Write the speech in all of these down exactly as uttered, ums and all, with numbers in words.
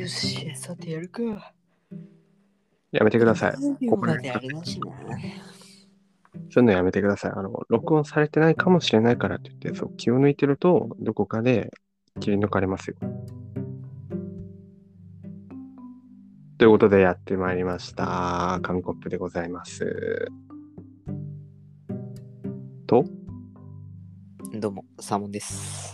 よし、さてやるか。 やめてください。 ここまであれだしな。 そういうのやめてください。あの、録音されてないかもしれないからって言って、そう、気を抜いてると、どこかで切り抜かれますよ。ということでやってまいりました。紙コップでございます。と、 どうも、サーモンです。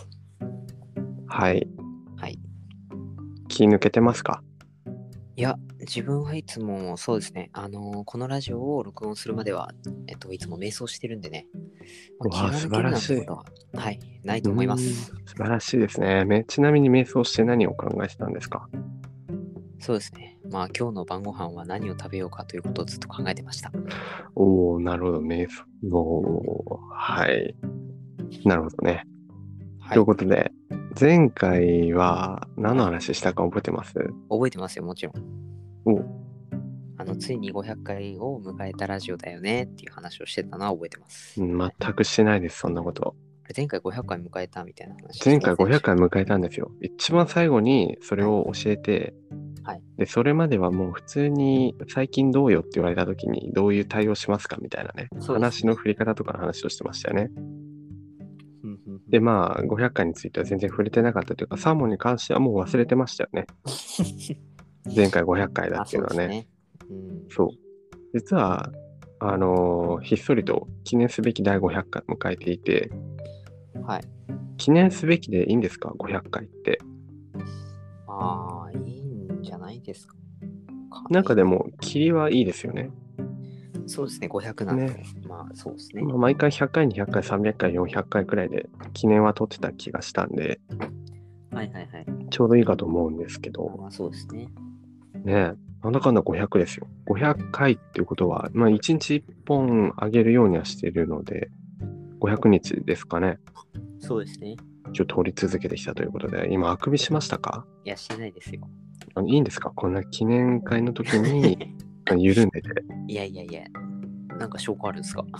はい。 はい。 気抜けてますか？ いや、自分はいつもそうですね、あのーこのラジオを録音するまでは、えっと、いつも瞑想してるんでね、まあ、 うわあ、 気が抜ける素晴らしい。 なんてことは、はい、ないとうー思いまん、 す。 素晴らしいですね。めちなみに瞑想して何を考えてたんですか？ そうですね。まあ、今日の晩ご飯は何を食べようかということをずっと考えてました。 おお、なるほど、瞑想。おー、はい。なるほどね。というはい。 ことで、前回は何のはい。 話したか覚えてます？ 覚えてますよ、もちろん。 お、 あの、ついにごひゃっかいを迎えたラジオだよねっていう話をしてたのは覚えてます。 全くしてないです、そんなこと。 あれ前回ごひゃっかい迎えたみたいな話して前回500 ませんでした回迎えたんですよ。一番最後にそれを教えて、 はい。 で、それまではもう普通に最近どうよって言われた時にどういう対応しますかみたいなね、 そうですね。 話の振り方とかの話をしてましたよね。 ふんふんふで、 んまあ、ごひゃっかいについては全然触れてなかったというか、サーモンに関してはもう忘れてましたよね。前回ごひゃっかいだあ、そっていうのはね。 うですね。うん。 そう。実は、あのーひっそりと記念すべきだいごひゃっかい迎えていて、 はい。 記念すべきでいいんですか ?ごひゃっかいって。 ああ、いいんじゃないですか。かなんかでね。 も、切りはいいですよね。 そうですね。ごひゃくなんね。 で。まあ、そうですね。 まあ、毎回ひゃっかい、にひゃっかい、さんびゃっかい、よんひゃっかいくらいで記念は取ってた気がしたんで、 はいはいはい。 ちょうどいいかと思うんですけど、 まあまあ、そうですね。 ね、なんだかんだごひゃくですよ。ごひゃっかいっていうことは、まあいちにちいっぽんあげるようにはしているので、ごひゃくにちですかね。 そうですね。 一応取り続けてきたということで、今あくびしましたか？ いや、してないですよ。 あのいいんですか？こんな記念会の時に緩んでて。 いやいやいや、なんか証拠あるんですか？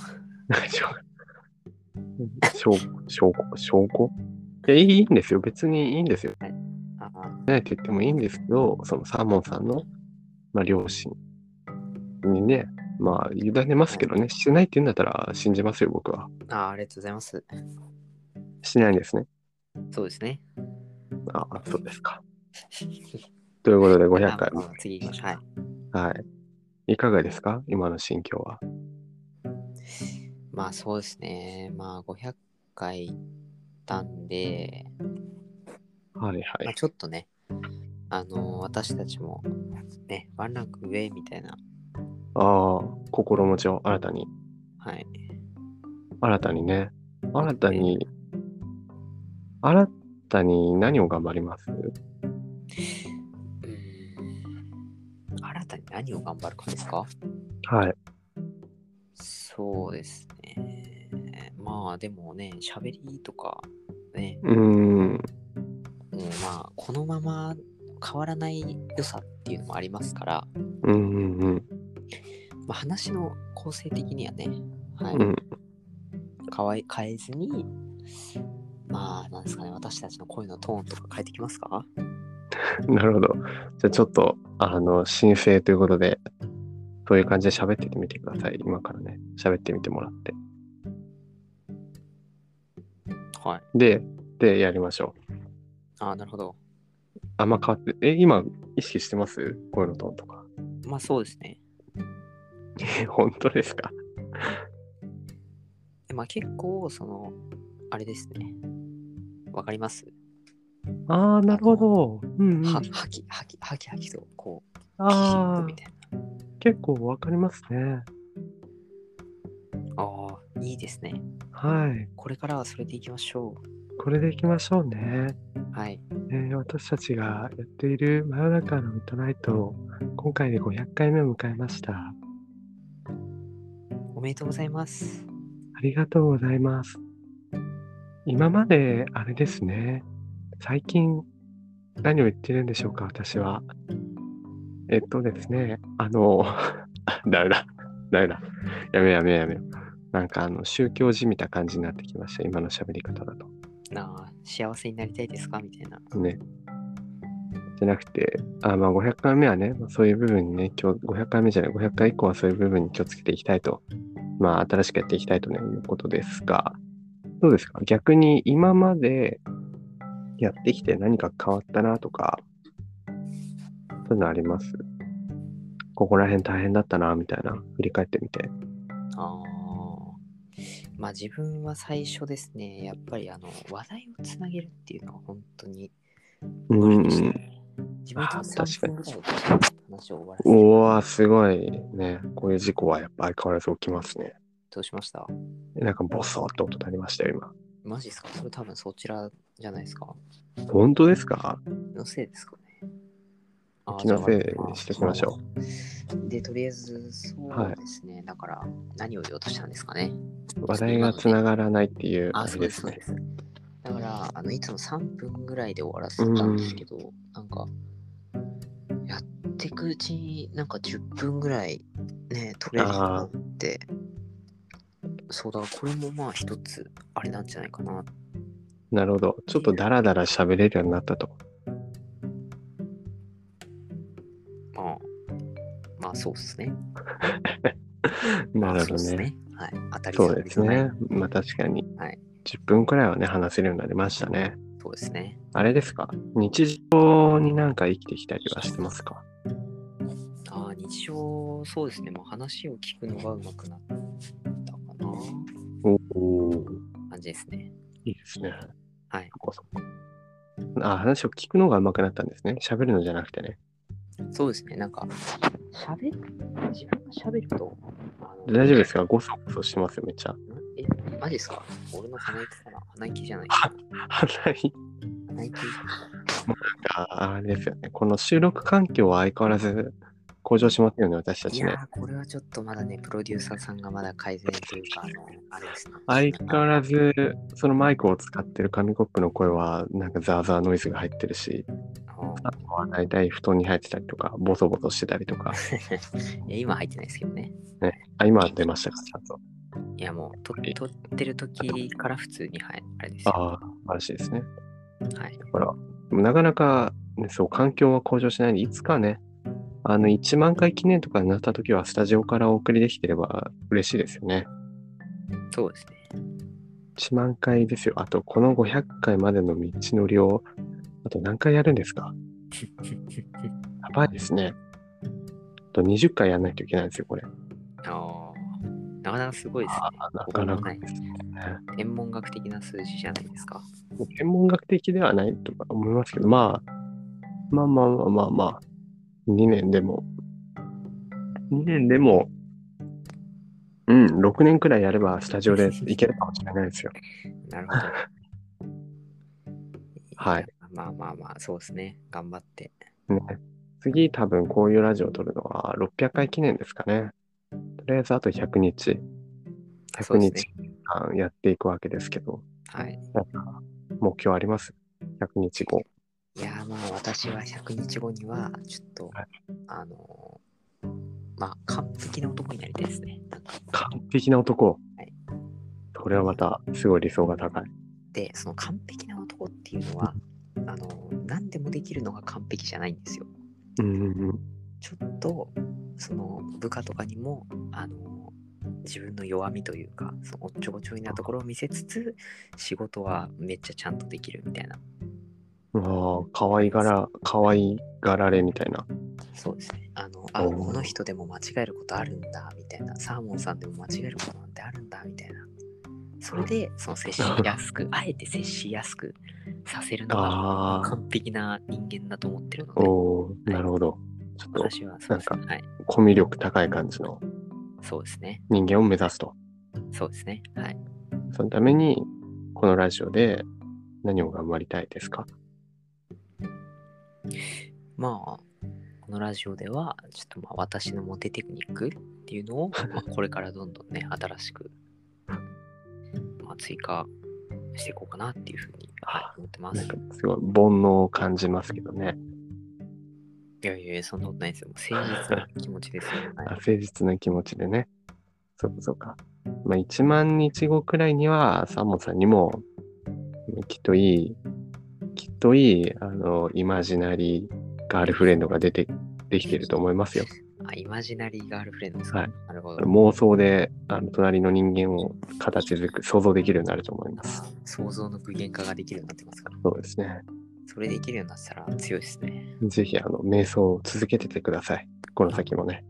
証証拠証拠いや、いいんですよ。別にいいんですよ。 はい。ああ、 ないって言ってもいいんですけど、そのサーモンさんの、まあ、両親にね、まあ、委ねますけどね、してないって言うんだったら信じますよ、僕は。 ああ、ありがとうございます。 してないんですね。 そうですね。 ああ、そうですか。ということではい、 500 あ、ま回。 あまあまあ、次行きましょう。はい。 はい。いかがですか今の心境は。 まあ、そうですね。まあ、ごひゃっかい行ったんで、 はいはまあ、 い。 ちょっとね、あのー私たちも、ね、ワンランク上みたいな、 ああ、心持ちを新たに、 はい、 新たにね、新ことで、 たに、新たに何を頑張ります？ うーん、新たに何を頑張るかですか？ はい。 そうですね。まあ、でもね、喋りとか、ね、 うーん、 もうまあ、このまま変わらない良さっていうのもありますから、 うんうんうん。 まあ、話の構成的にはね、はい、 うん、 変わ変えずに、まあ、なんですかね、私たちの声のトーンとか変えてきますか？ なるほど。じゃあちょっと、あの、申請ということで、そういう感じで喋ってみてください。今からね、喋ってみてもらって。 はい。 で、で、やりましょう。 ああ、なるほど。 あんま変わって、え、今、意識してます声のトーンとか。 まあ、そうですね。 え、本当ですか？ まあ、結構、その、あれですね。わかります？ ああ、なるほあの、 ど。うんうは、 ん。 はき、はき、はきはきと、こう、きしむみああ、 たい結構わかりますね。 な。ああ、いいですね。 はい。 これからはそれでいきましょこれでいきましょうね。 う。はい。 えー私たちがやっている真夜中のミッドナイト、今回でごひゃっかいめを迎えました。 おめでとうございます。 ありがとうございます。今まで、あれですね。最近、何を言ってるんでしょうか、私は。えっとですね、あの、ダメだ、ダメだ。やめようやめようやめよう。なんか、あの、宗教じみた感じになってきました、今の喋り方だと。 なあ、幸せになりたいですかみたいな。 ね。 じゃなくて、あ、まあごひゃっかいめはね、まあそういう部分にね、今日ごひゃっかいめじゃない、ごひゃっかい以降はそういう部分に気をつけていきたいと、まあ新しくやっていきたいとねいうことですが、どうですか？逆に今までやってきて何か変わったなとか、そういうのあります？ここら辺大変だったなみたいな、振り返ってみて。 ああ。まあ自分は最初ですね、やっぱりあの話題をつなげるっていうのは本当にう無理でしたん。 ね。自分いつもあ、確 3 かに。 分ぐらいで話を終わらせる。 おー、すごいね。こういう事故はやっぱ相変わらず起きますね。 どうしました？ なんかボソーって音鳴りましたよ、今。 マジですか？それ多分そちらじゃないですか？ 本当ですか？ のせいですかね。ああ、じゃあ、 気のせまあ、 いにしておきましょう。で、とりあえず、そう。はい。 うですね。だから、何を言おうとしたんですかね。 話題がつながらないっていうあ、 あれそうです、 ですね。 そうです。だから、あの、いつもさんぷんぐらいで終わらうせたんですん。 けど、なんか、やっていくうちになんかじゅっぷんぐらいね、取れるようになああ、 って、そうだ、これもまあ一つ、あれなんじゃないかな。 なるほど。ちょっとダラダラ喋れるようになったと。 まあ、まあそうですね。 なまあるほどね。 そうですね。はい。当たりそうで障りのない。 すね。まあ確かに。 はい。 じゅっぷんくらいはね、話せるようになりましたね。 そうですね。 あれですか？日常になんか生きてきたりはしてますか？ ああ、日常、そうですね。もう話を聞くのが上手くなったかな。 おお、 感じですね。 いいですね。 はい。 そこそこ。あ、話を聞くのが上手くなったんですね。喋るのじゃなくてね。 そうですね。なんか、喋る、自分が喋ると、あの、 大丈夫ですか？ゴソゴソしてますよ、めっちゃ。 え、マジですか？俺の鼻息かな？鼻息じゃないは、鼻に。 鼻息。 もうなんか、あれですよね。この収録環境は相変わらず向上しますよね、私たちね。 いやー、これはちょっとまだね、プロデューサーさんがまだ改善というか、あの、あれですね。 相変わあらず、そのマイクを使ってる紙コップの声は、なんかザーザーノイズが入ってるし、 のあとは大体布団に入ってたりとか、ボソボソしてたりとか、 いや、今入ってないですけどね。 ね。あ、今出ましたか、ちゃんと。 いや、もう、と撮ってる時から普通に、はい、あれですよ。 ああ、素晴らしいですね。 はい。 だから、でもなかなか、ね、そう、環境は向上しないんで、いつかね、あの、いちまん回記念とかになった時は、スタジオからお送りできてれば嬉しいですよね。 そうですね。 いちまん回ですよ。あと、このごひゃっかいまでの道のりを、あと何回やるんですか？やばいですね。あとにじゅっかいやんないといけないんですよ、これ。 ああ、なかなかすごいですね。 あなかなかないですね。 天文学的な数字じゃないですか。 天文学的ではないとか思いますけど、まあ、まあまあまあまあまあ、にねんでも、にねんでも、うん、ろくねんくらいやればスタジオでいけるかもしれないですよ。 なるほど。 はいや。まあまあまあ、そうですね。頑張って。 ね、次多分こういうラジオを撮るのはろっぴゃっかい記念ですかね。とりあえずあとひゃくにち、100 そうですね。 日間やっていくわけですけど、 はい。 なんか目標あります？ ひゃく 日後。 いやー、まあ私はひゃくにちごには、ちょっと、 はいあのーまあ完璧な男になりたいですね。なんか、 完璧な男。 はいこれはまたすごい理想が高い。 で、その完璧な男っていうのは、あのー何でもできるのが完璧じゃないんですよ。 うんうんうん。 ちょっと、その部下とかにも、あのー自分の弱みというか、そのおっちょこちょいなところを見せつつ、仕事はめっちゃちゃんとできるみたいな。 ああ、可愛がら、可愛がられみたいな。 そうですね。あの、あ、 おーこの人でも間違えることあるんだ、みたいな。サーモンさんでも間違えることなんてあるんだ、みたいな。それで、その接しやすく、あえて接しやすくさせるのがああ、 完璧な人間だと思ってるので、 おー、なるほど。ちょっと、 私はそうですね。 なんか、 はい。 コミュ力高い感じのそうですね。 人間を目指すと。 そうですね。はい。 そのために、このラジオで何を頑張りたいですか？ まあ、このラジオでは、ちょっとまあ私のモテテクニックっていうのを、まあ、これからどんどんね、新しく、まあ、追加していこうかなっていうふうに、はい、思ってます。 なんかすごい煩悩を感じますけどね。 いやいやいや、そんなことないですよ。もう誠実な気持ちですよ。はい、 誠実な気持ちでね。そうかそうか。まあ、いちまん日後くらいには、サーモンさんにも、きっといい、きっといい、あの、イマジナリーガールフレンドが出て、できていると思いますよ。 あ、イマジナリーガールフレンドですか。 はい。 なるほど。 妄想で、あの、隣の人間を形づく、想像できるようになると思います。 あ、想像の具現化ができるようになってますか。 そうですね。 それできるようになったら強いですね。 ぜひ、あの、瞑想を続けててください。この先もね。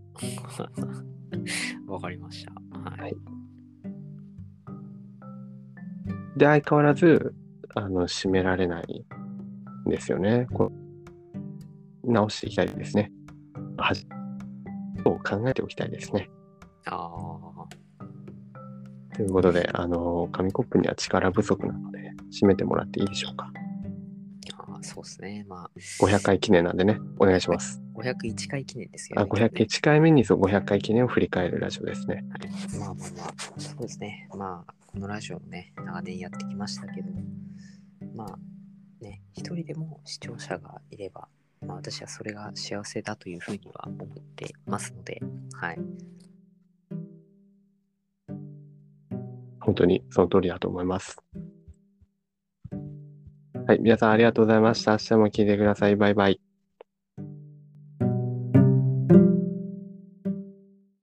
わかりました。はい。 はいで、相変わらず、あの、締められないんですよね。こう直していきたいですね。はじを考えておきたいですね。 あということで、あの、紙コップには力不足なので、締めてもらっていいでしょうか。 あ、そうですね。まあ、 ごひゃっかい記念なんでね、お願いします。 ごひゃくいっかい記念ですよあ、 ね。 ごひゃくいちかいめにそうごひゃっかい記念を振り返るラジオですね。 はい、まあまあまあ、そうですね。まあ、このラジオもね、長年やってきましたけど、まあ、ね、一人でも視聴者がいれば、まあ私はそれが幸せだというふうには思ってますので、はい。 本当にその通りだと思います。はい、皆さんありがとうございました。明日も聞いてください。バイバイ。